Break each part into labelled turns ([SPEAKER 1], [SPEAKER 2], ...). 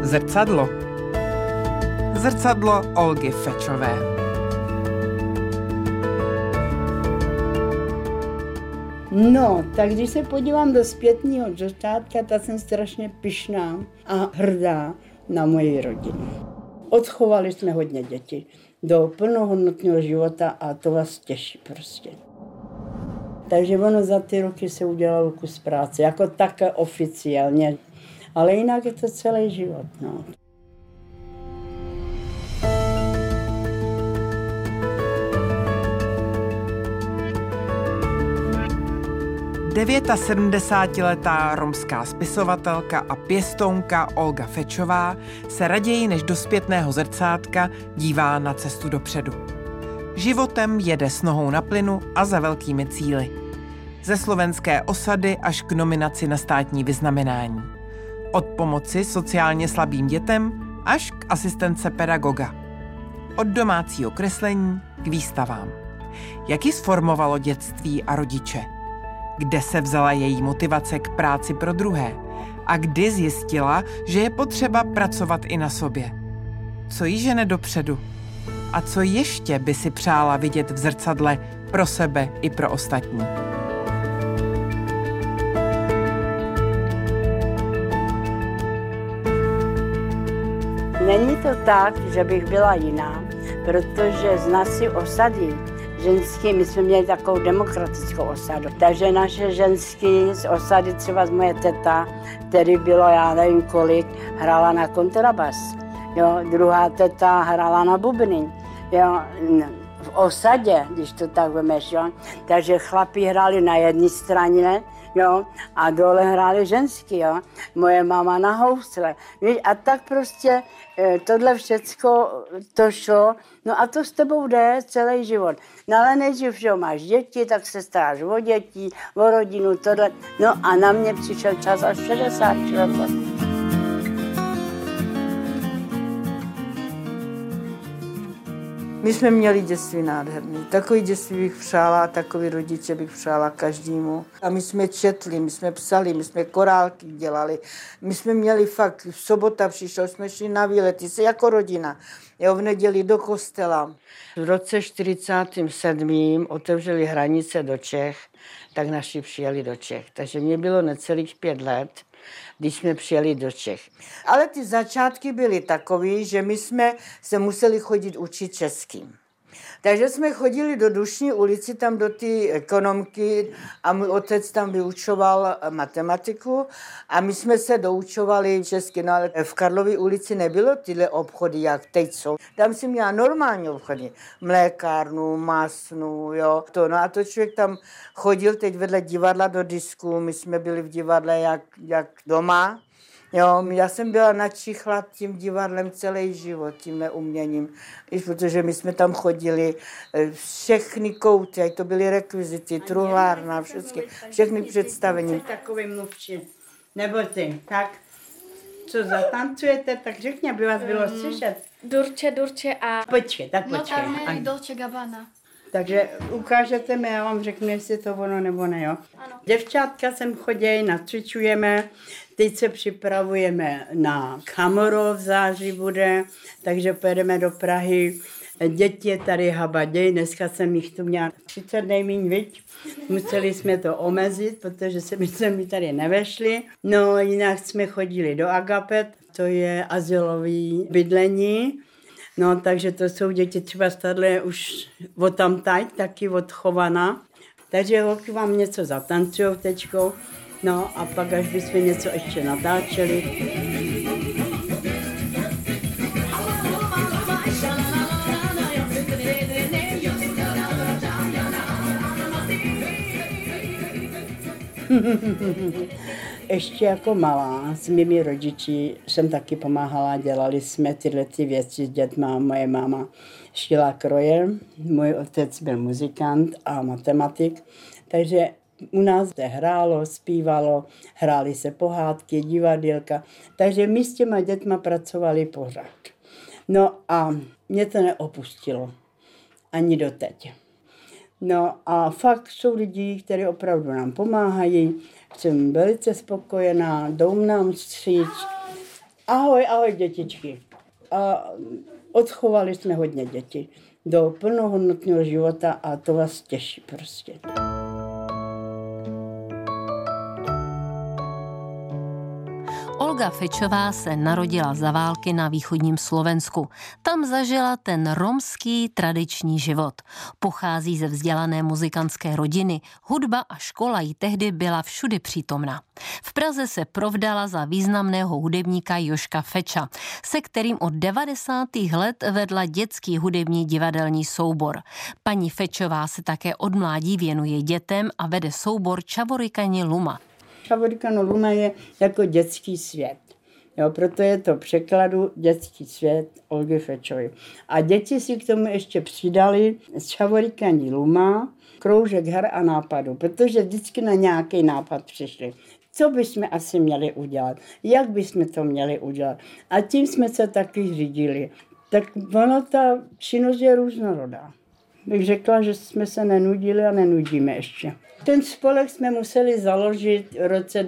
[SPEAKER 1] Zrcadlo. Zrcadlo Olgy Fečové.
[SPEAKER 2] No, tak když se podívám do zpětního zrcátka, tak jsem strašně pyšná a hrdá na moji rodinu. Odchovali jsme hodně děti do plnohodnotného života a to vás těší prostě. Takže ono za ty roky se udělalo kus práce, jako také oficiálně, ale jinak je to celý život. No.
[SPEAKER 1] Devětasedmdesátiletá romská spisovatelka a pěstounka Olga Fečová se raději než do zpětného zrcátka dívá na cestu dopředu. Životem jede s nohou na plynu a za velkými cíli. Ze slovenské osady až k nominaci na státní vyznamenání. Od pomoci sociálně slabým dětem až k asistence pedagoga. Od domácího kreslení k výstavám. Jak ji sformovalo dětství a rodiče? Kde se vzala její motivace k práci pro druhé? A kdy zjistila, že je potřeba pracovat i na sobě? Co jí žene dopředu? A co ještě by si přála vidět v zrcadle pro sebe i pro ostatní?
[SPEAKER 2] Není to tak, že bych byla jiná, protože z naší osady ženský, my jsme měli takovou demokratickou osadu. Takže naše ženský z osady, třeba z moje teta, který bylo, já nevím kolik, hrála na kontrabas. Jo, druhá teta hrála na bubny. Jo, v osadě, když to tak vemeš, jo. Takže chlapi hráli na jedné straně, jo, a dole hráli ženský, jo. Moje máma na housle. Víš, a tak prostě tohle všecko to šlo, no a to s tebou jde celý život. No ale nejdřív, že máš děti, tak se staráš o děti, o rodinu, tohle. No a na mě přišel čas až 60 let.
[SPEAKER 3] My jsme měli dětství nádherný. Takový dětství bych přála, takový rodiče bych přála každému. A my jsme četli, my jsme psali, my jsme korálky dělali. My jsme měli fakt, v sobota přišel, jsme šli na výlety, se jako rodina. Jo, v neděli do kostela. V roce 47. otevřeli hranice do Čech, tak naši přijeli do Čech. Takže mě bylo necelých 5 let, když jsme přijeli do Čech. Ale ty začátky byly takový, že my jsme se museli chodit učit česky. Takže jsme chodili do Dušní ulici, tam do té ekonomky a můj otec tam vyučoval matematiku a my jsme se doučovali česky. No ale v Karlově ulici nebylo tyhle obchody, jak teď jsou. Tam si měla normální obchody, mlékárnu, masnu, jo. No a to člověk tam chodil teď vedle divadla do disku, my jsme byli v divadle jak doma. Jo, já jsem byla načichla tím divadlem celý život, tím uměním, protože my jsme tam chodili všechny kouty, ať to byly rekvizity, truhlárna, všechny představení.
[SPEAKER 2] Takový mluvčí, nebo ty, tak co zatancujete, tak řekni, aby vás bylo slyšet.
[SPEAKER 4] Durče a...
[SPEAKER 2] Počkej.
[SPEAKER 4] No tam je Dolce Gabbana.
[SPEAKER 2] Takže ukážete mi, já vám řeknu, jestli to ono nebo ne, jo.
[SPEAKER 4] Ano.
[SPEAKER 2] Děvčátka sem chodí, nacvičujeme, teď se připravujeme na Chamorro, v září bude, takže pojedeme do Prahy. Děti je tady habaděj, dneska jsem jich tu měla 30 nejmíň, viď? Museli jsme to omezit, protože se mi tady nevešli. No jinak jsme chodili do Agapet, to je azylový bydlení. No, takže to jsou děti třeba stadle už od tamtať, taky od Chovana. Takže holky vám něco zatancujou teďko, no a pak až bychom něco ještě natáčeli. Ještě jako malá s mými rodiči jsem taky pomáhala, dělali jsme tyhle věci s dětma, moje máma šila kroje, můj otec byl muzikant a matematik, takže u nás se hrálo, zpívalo, hrály se pohádky, divadelka, takže my s těma dětma pracovali pořád. No a mě to neopustilo, ani doteď. No a fakt jsou lidi, kteří opravdu nám pomáhají, jsem velice spokojená, jdou nám vstříc Ahoj, ahoj dětičky. A odchovali jsme hodně dětí do plnohodnotného života a to vás těší prostě.
[SPEAKER 5] Olga Fečová se narodila za války na východním Slovensku. Tam zažila ten romský tradiční život. Pochází ze vzdělané muzikantské rodiny. Hudba a škola jí tehdy byla všudy přítomna. V Praze se provdala za významného hudebníka Joška Feča, se kterým od 90. let vedla dětský hudební divadelní soubor. Paní Fečová se také od mládí věnuje dětem a vede soubor Čavorikani Luma.
[SPEAKER 2] Čavorikani Luma je jako dětský svět. Jo, proto je to překladu dětský svět Olgy Fečovy. A děti si k tomu ještě přidali z Čavorikani Luma kroužek her a nápadů, protože vždycky na nějaký nápad přišli. Co bychom asi měli udělat? Jak bychom to měli udělat? A tím jsme se taky řídili. Tak ono, ta činnost je různorodá. Bych řekla, že jsme se nenudili a nenudíme ještě. Ten spolek jsme museli založit v roce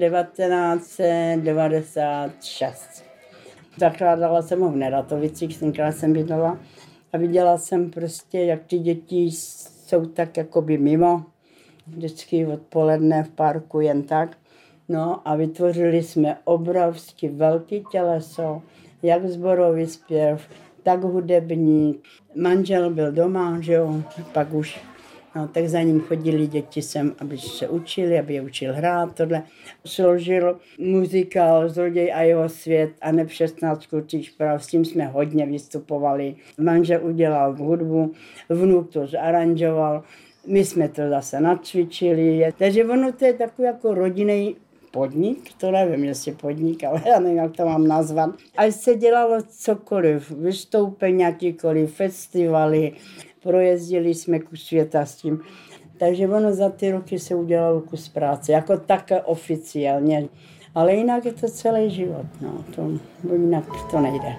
[SPEAKER 2] 1996. Zakládala jsem ho v Neratovicích, tenkrát jsem bydlela a viděla jsem prostě, jak ty děti jsou tak jakoby mimo, vždycky odpoledne v parku jen tak. No a vytvořili jsme obrovský velký těleso, jak sborový zpěv, tak hudební. Manžel byl doma, že jo, pak už, no, tak za ním chodili děti sem, aby se učili, aby je učil hrát, tohle. Složil muzikál Zloděj a jeho svět a ne 16 krutých práv, s tím jsme hodně vystupovali. Manžel udělal hudbu, vnuk to zaranžoval, my jsme to zase nacvičili, takže ono to je takový jako rodinný podnik, to nevím, jestli podnik, ale já nevím, jak to mám nazvat. A se dělalo cokoliv, vystoupení, jakýkoliv festivaly, projezdili jsme kus světa s tím. Takže ono za ty roky se udělalo kus práce, jako také oficiálně. Ale jinak je to celý život, no, to, jinak to nejde.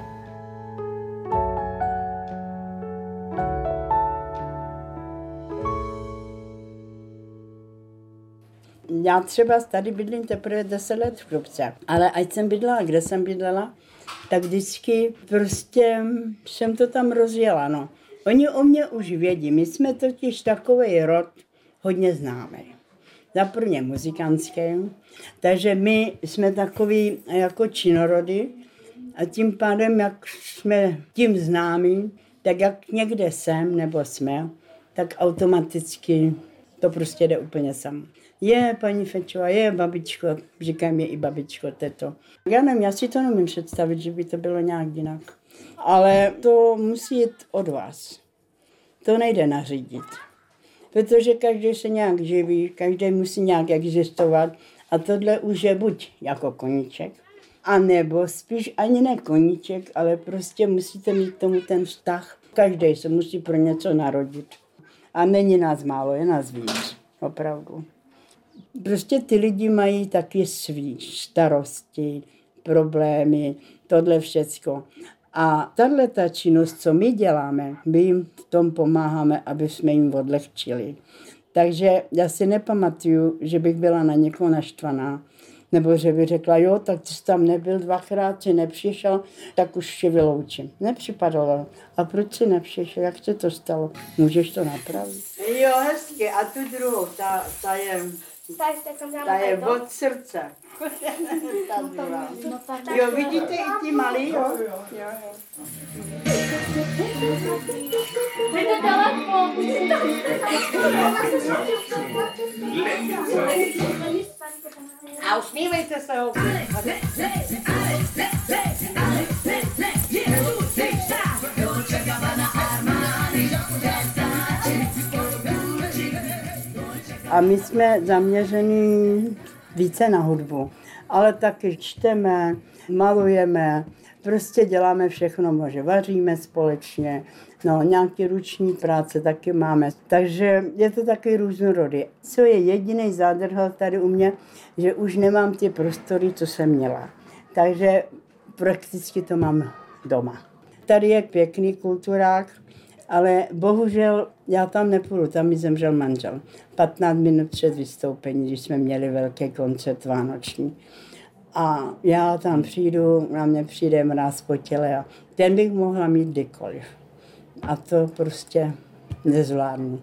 [SPEAKER 2] Já třeba tady bydlím teprve 10 let v Krupce, ale ať jsem bydlela, kde jsem bydlela, tak vždycky prostě jsem to tam rozjela, no. Oni o mě už vědí, my jsme totiž takový rod hodně známý. Za prvně muzikantský, takže my jsme takový jako činorody a tím pádem, jak jsme tím známí, tak jak někde jsem nebo jsme, tak automaticky to prostě jde úplně samo. Je paní Fečová, je babičko, říkají mi i babičko, teto. Já nevím, já si to nemůžu představit, že by to bylo nějak jinak. Ale to musí jít od vás. To nejde nařídit. Protože každý se nějak živí, každý musí nějak existovat a tohle už je buď jako koníček, anebo spíš ani ne koníček, ale prostě musíte mít k tomu ten vztah. Každý se musí pro něco narodit. A není nás málo, je nás víc, opravdu. Prostě ty lidi mají taky svý starosti, problémy, tohle všecko. A tahle ta činnost, co my děláme, my jim v tom pomáháme, aby jsme jim odlehčili. Takže já si nepamatuju, že bych byla na někoho naštvaná, nebo že by řekla, jo, tak ty jsi tam nebyl dvakrát, si nepřišel, tak už tě vyloučím. Nepřipadalo. A proč si nepřišel? Jak se to stalo? Můžeš to napravit? Jo, hezky. A tu druhou, ta je od srdce. Jo, vidíte i ti malí, jo? A usmívejte se ho. A my jsme zaměření více na hudbu, ale taky čteme, malujeme, prostě děláme všechno, možná vaříme společně, no nějaké ruční práce taky máme, takže je to taky různorodý. Co je jediný zádrhel tady u mě, že už nemám ty prostory, co jsem měla, takže prakticky to mám doma. Tady je pěkný kulturák, ale bohužel já tam nepůjdu, tam mi zemřel manžel. 15 minut před vystoupení, když jsme měli velký koncert vánoční. A já tam přijdu, na mě přijde mráz po těle a ten bych mohla mít kdykoliv. A to prostě nezvládnu.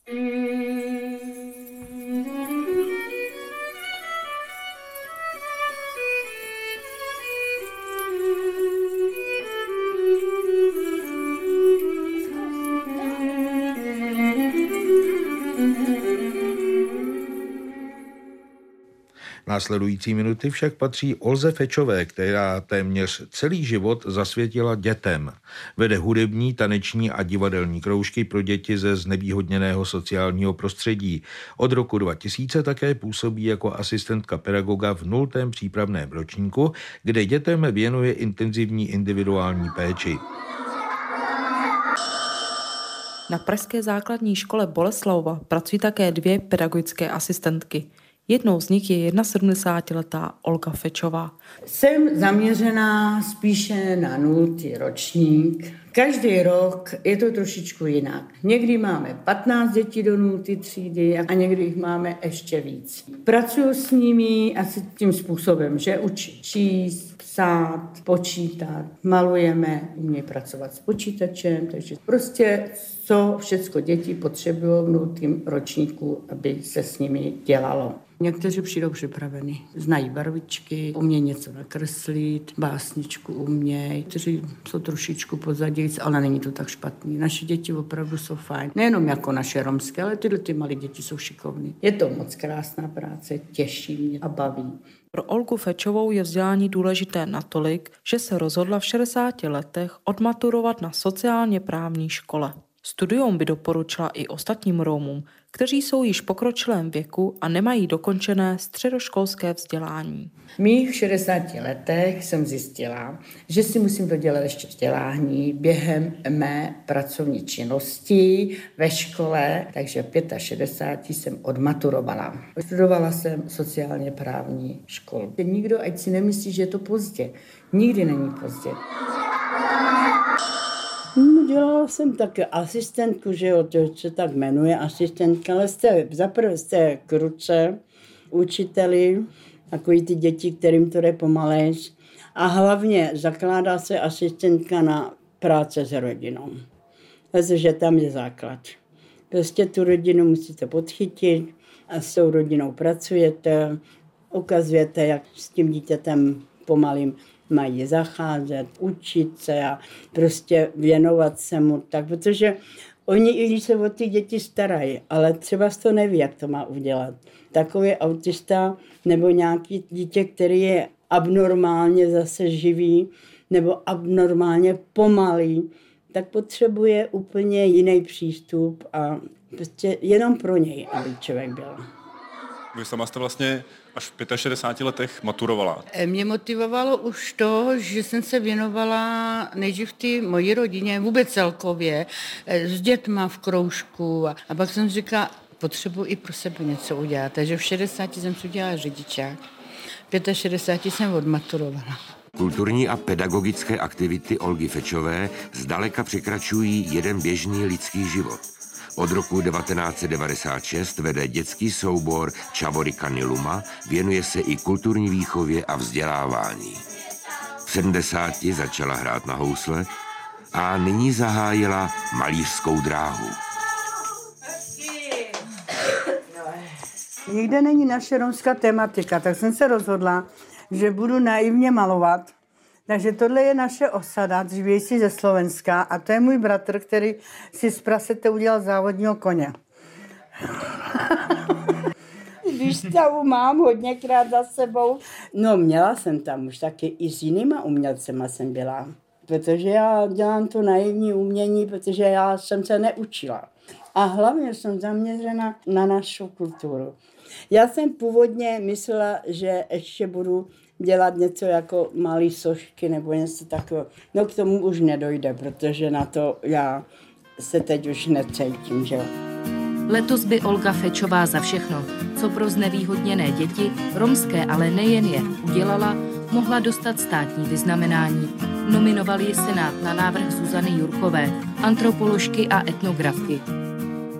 [SPEAKER 6] Následující minuty však patří Olze Fečové, která téměř celý život zasvětila dětem. Vede hudební, taneční a divadelní kroužky pro děti ze znevýhodněného sociálního prostředí. Od roku 2000 také působí jako asistentka pedagoga v 0. přípravném ročníku, kde dětem věnuje intenzivní individuální péči.
[SPEAKER 7] Na pražské základní škole Boleslavova pracují také 2 pedagogické asistentky. Jednou z nich je 71letá Olga Fečová.
[SPEAKER 3] Jsem zaměřená spíše na 0. ročník. Každý rok je to trošičku jinak. Někdy máme 15 dětí do 0. třídy a někdy jich máme ještě víc. Pracuji s nimi asi tím způsobem, že učím číst, psát, počítat, malujeme, umějí pracovat s počítačem, takže prostě co všecko děti potřebují v 0. ročníku, aby se s nimi dělalo. Někteří přijdou připraveni, znají barvičky, umějí něco nakreslit, básničku umějí, kteří jsou trošičku pozadíc, ale není to tak špatný. Naše děti opravdu jsou fajn. Nejenom jako naše romské, ale tyhle malé děti jsou šikovné. Je to moc krásná práce, těší mě a baví.
[SPEAKER 7] Pro Olgu Fečovou je vzdělání důležité natolik, že se rozhodla v 60 letech odmaturovat na sociálně právní škole. Studium by doporučila i ostatním Romům, kteří jsou již v pokročilém věku a nemají dokončené středoškolské vzdělání.
[SPEAKER 3] V mých 60 letech jsem zjistila, že si musím dodělat ještě vzdělání během mé pracovní činnosti ve škole, takže v 65 jsem odmaturovala. Studovala jsem sociálně právní školu. Nikdo ať si nemyslí, že je to pozdě. Nikdy není pozdě. Dělala jsem také asistentku, že jo, to se tak jmenuje asistentka, ale zaprvé jste k ruce učiteli, takový ty děti, kterým to jde pomalejš. A hlavně zakládá se asistentka na práce s rodinou, protože tam je základ. Prostě tu rodinu musíte podchytit a s tou rodinou pracujete, ukazujete, jak s tím dítětem pomalým mají zacházet, učit se a prostě věnovat se mu tak, protože oni, i když se o ty děti starají, ale třeba to neví, jak to má udělat. Takový autista nebo nějaký dítě, který je abnormálně zase živý nebo abnormálně pomalý, tak potřebuje úplně jiný přístup a prostě jenom pro něj, aby člověk byl.
[SPEAKER 8] Vy sama jste vlastně až v 65 letech maturovala.
[SPEAKER 3] Mě motivovalo už to, že jsem se věnovala nejdřív té mojí rodině, vůbec celkově, s dětma v kroužku a pak jsem říkala, potřebuji i pro sebe něco udělat. Takže v 60 jsem si udělala řidičák, v 65 jsem odmaturovala.
[SPEAKER 9] Kulturní a pedagogické aktivity Olgy Fečové zdaleka překračují jeden běžný lidský život. Od roku 1996 vede dětský soubor Čavorika Niluma, věnuje se i kulturní výchově a vzdělávání. V 70 začala hrát na housle a nyní zahájila malířskou dráhu.
[SPEAKER 3] Nikde není naše romská tematika, tak jsem se rozhodla, že budu naivně malovat. Takže tohle je naše osada, dřívější ze Slovenska a to je můj bratr, který si z prasete udělal závodního koně. Výstavu mám hodněkrát za sebou. No měla jsem tam už taky i s jinýma umělcema jsem byla, protože já dělám to naivní umění, protože já jsem se neučila. A hlavně jsem zaměřena na naši kulturu. Já jsem původně myslela, že ještě budu dělat něco jako malý sošky nebo něco takového. No k tomu už nedojde, protože na to já se teď už necítím, že jo.
[SPEAKER 5] Letos by Olga Fečová za všechno, co pro znevýhodněné děti, romské, ale nejen je, udělala, mohla dostat státní vyznamenání. Nominoval ji Senát na návrh Zuzany Jurkové, antropoložky a etnografky.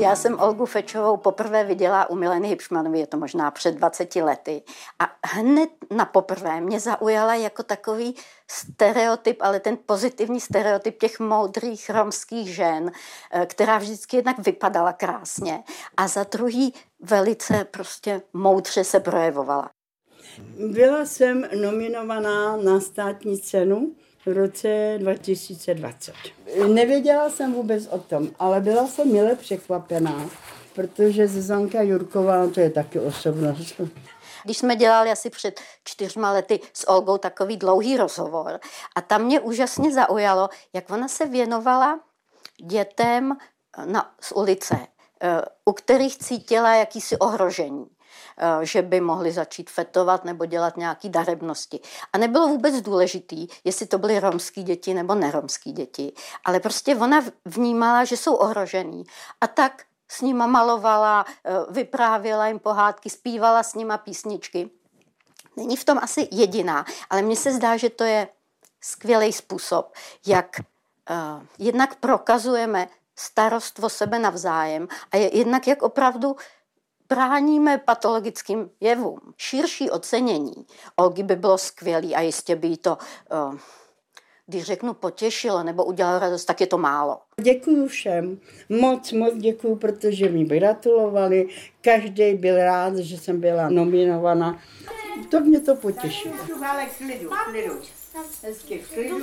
[SPEAKER 2] Já jsem Olgu Fečovou poprvé viděla u Mileny Hipšmanovy, je to možná před 20 lety. A hned na poprvé mě zaujala jako takový stereotyp, ale ten pozitivní stereotyp těch moudrých romských žen, která vždycky jednak vypadala krásně a za druhý velice prostě moudře se projevovala.
[SPEAKER 3] Byla jsem nominovaná na státní cenu v roce 2020. Nevěděla jsem vůbec o tom, ale byla jsem mile překvapená, protože Zuzanka Jurková, to je taky osobnost.
[SPEAKER 2] Když jsme dělali asi před 4 lety s Olgou takový dlouhý rozhovor a tam mě úžasně zaujalo, jak ona se věnovala dětem z ulice, u kterých cítila jakýsi ohrožení, že by mohli začít fetovat nebo dělat nějaké darebnosti. A nebylo vůbec důležitý, jestli to byly romský děti nebo neromský děti, ale prostě ona vnímala, že jsou ohrožený. A tak s nima malovala, vyprávěla jim pohádky, zpívala s nima písničky. Není v tom asi jediná, ale mně se zdá, že to je skvělý způsob, jak jednak prokazujeme starost o sebe navzájem a jednak jak opravdu bráníme patologickým jevům. Širší ocenění Olgy by bylo skvělý a jistě by jí to, když řeknu, potěšilo nebo udělalo radost, tak je to málo.
[SPEAKER 3] Děkuju všem, moc děkuju, protože mi gratulovali, každý byl rád, že jsem byla nominovaná. To mě to potěšilo. Ale klidu. Hezky v klidu.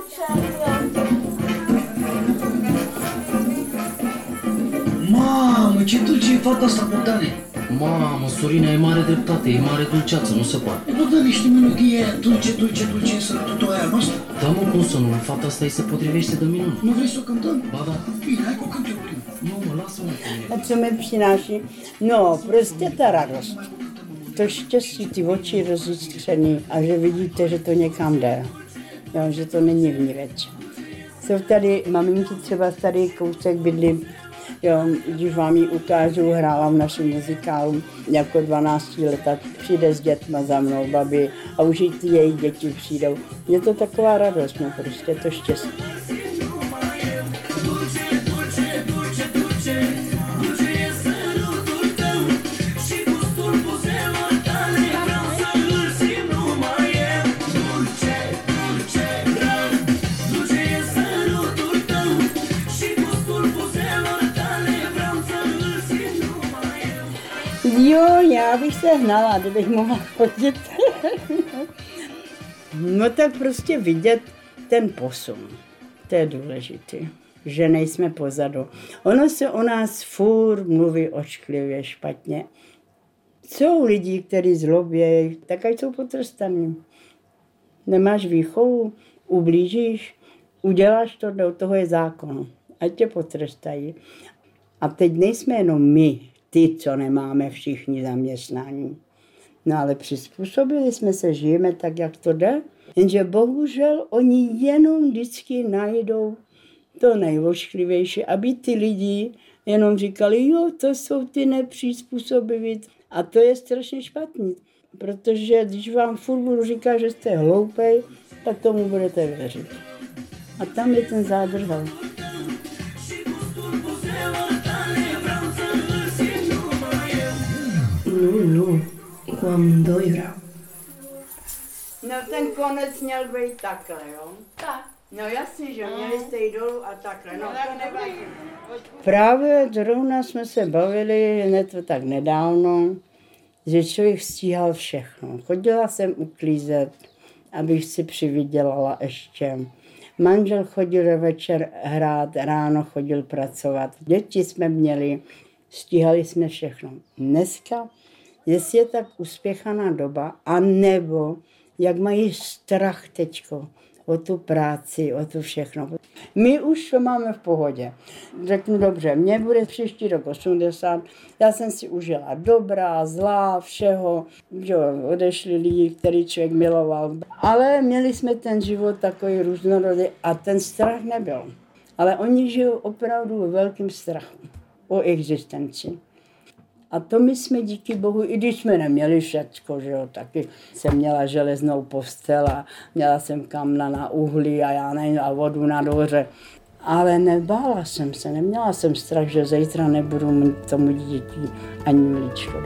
[SPEAKER 10] Mamă, ce dulce e fata asta, Bogdane! Mamă, Sorina e mare dreptate, e mare dulceață, nu se poate. Nu dă niște melodie dulce, sărătutul aia noastră? Da, mă, cum să nu? Fata asta îi se potrivește de minuni. Nu vrei să o cântăm? Ba da. Bine, hai că o cânt eu prima. Nu, mă, lasă-mă.
[SPEAKER 3] A co mi přináší? No, prostě ta radost. To štěstí, ty oči rozjistřený a že vidíte, že to někam jde. Jo, že to není vniveč. Jsou tady maminky, třeba tady kousek bydlí. Jo, když vám ji ukážu, hrála v našem muzikálu jako 12 leta, přijde s dětma za mnou, babi, a už i ty její děti přijdou. Je to taková radost, no prostě to štěstí. Jo, já bych se hnala, kdybych mohla chodit. No tak prostě vidět ten posun, to je důležité, že nejsme pozadu. Ono se o nás furt mluví ošklivě, špatně. Jsou lidi, kteří zlobějí, tak ať jsou potrestaní. Nemáš výchovu, ublížíš, uděláš to, do toho je zákon, ať tě potrestají. A teď nejsme jenom my, ty, co nemáme všichni zaměstnání. No ale přizpůsobili jsme se, žijeme tak, jak to jde. Jenže bohužel oni jenom vždycky najdou to nejvošklivější, aby ty lidi jenom říkali, jo, to jsou ty nepřizpůsobiví. A to je strašně špatný, protože když vám furt budu říkat, že jste hloupej, tak tomu budete věřit. A tam je ten zádrhel.
[SPEAKER 10] Nu, cu amândoi vreau.
[SPEAKER 3] No ten konec měl být takhle, jo?
[SPEAKER 4] Tak.
[SPEAKER 3] No jasně, že měli jste jít dolů a takhle, no to nevadí. Právě zrovna jsme se bavili, hned to tak nedávno, že člověk stíhal všechno. Chodila jsem uklízet, abych si přivydělala ještě. Manžel chodil večer hrát, ráno chodil pracovat. Děti jsme měli, stíhali jsme všechno. Dneska, jestli je tak uspěchaná doba, anebo jak mají strach teďko o tu práci, o to všechno. My už to máme v pohodě. Řeknu dobře, mně bude příští rok 80, já jsem si užila dobrá, zlá, všeho, že odešli lidi, který člověk miloval. Ale měli jsme ten život takový různorodý a ten strach nebyl. Ale oni žijou opravdu ve velkém strachu o existenci. A to my jsme díky Bohu, i když jsme neměli všecko, že jo, taky jsem měla železnou postel a měla jsem kamna na uhlí a já nevím, a vodu na dvoře.
[SPEAKER 2] Ale nebála jsem se, neměla jsem strach, že zítra nebudu mít tomu dítěti ani mlíčko.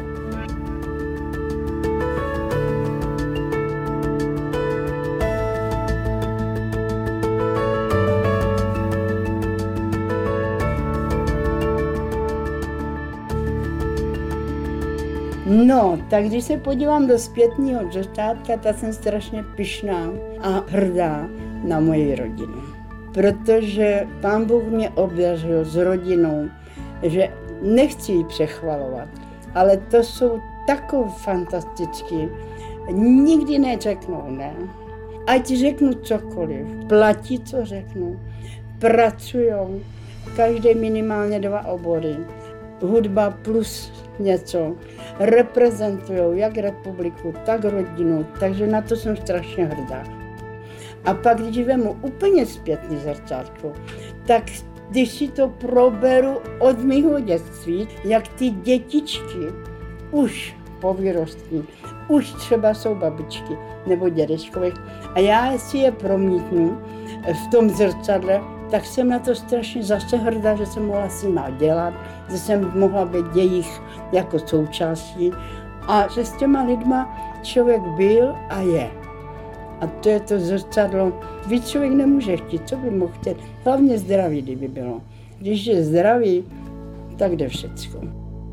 [SPEAKER 2] No, tak když se podívám do zpětného zrcátka, tak jsem strašně pyšná a hrdá na moji rodinu. Protože Pán Bůh mě obdařil s rodinou, že nechci ji přechvalovat, ale to jsou takové fantastické, nikdy neřeknou ne. Ať řeknu cokoliv, platí, co řeknu, pracujou, každý minimálně 2 obory, hudba plus něco, reprezentují jak republiku, tak rodinu, takže na to jsem strašně hrdá. A pak, když vemu úplně zpětný zrcátko, tak když si to proberu od mého dětství, jak ty dětičky už povyrostní, už třeba jsou babičky nebo dědečkové, a já si je promítnu v tom zrcadle, tak jsem na to strašně zase hrdá, že jsem mohla s nima dělat, že jsem mohla být jejich jako součástí a že s těma lidma člověk byl a je. A to je to zrcadlo. Víc člověk nemůže chtít, co by mohl chtět. Hlavně zdraví, kdyby bylo. Když je zdravý, tak jde všecko.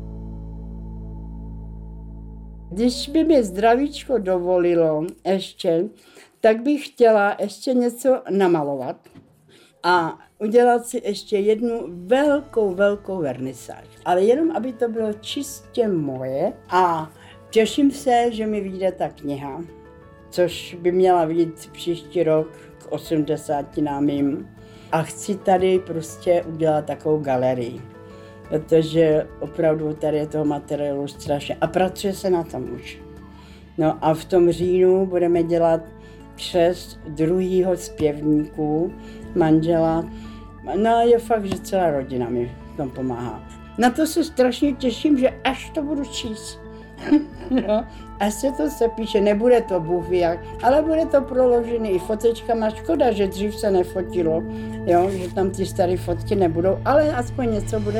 [SPEAKER 2] Když by mi zdravíčko dovolilo ještě, tak bych chtěla ještě něco namalovat a udělat si ještě jednu velkou vernisáž. Ale jenom, aby to bylo čistě moje a těším se, že mi vyjde ta kniha, což by měla vyjít příští rok k 80 mým. A chci tady prostě udělat takovou galerii, protože opravdu tady je toho materiálu strašně a pracuje se na tom už. No a v tom říjnu budeme dělat křest druhého zpěvníku, manžela. No je fakt, že celá rodina mi v tom pomáhá. Na to se strašně těším, že až to budu číst. No, až se to sepíše, nebude to Bůh ví jak, ale bude to proložený i fotečkama. Škoda, že dřív se nefotilo, jo, že tam ty staré fotky nebudou, ale aspoň něco bude.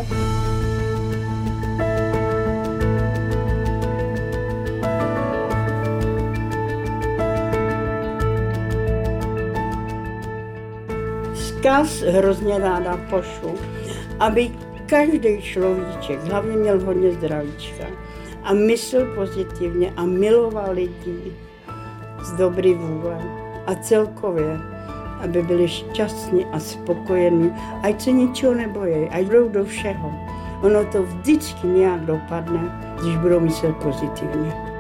[SPEAKER 2] Vzkaz hrozně ráda pošlu, aby každý človíček hlavně měl hodně zdravíčka a myslel pozitivně a miloval lidi z dobrý vůle a celkově, aby byli šťastní a spokojení, ať se ničeho nebojí, ať jdou do všeho. Ono to vždycky nějak dopadne, když budou myslet pozitivně.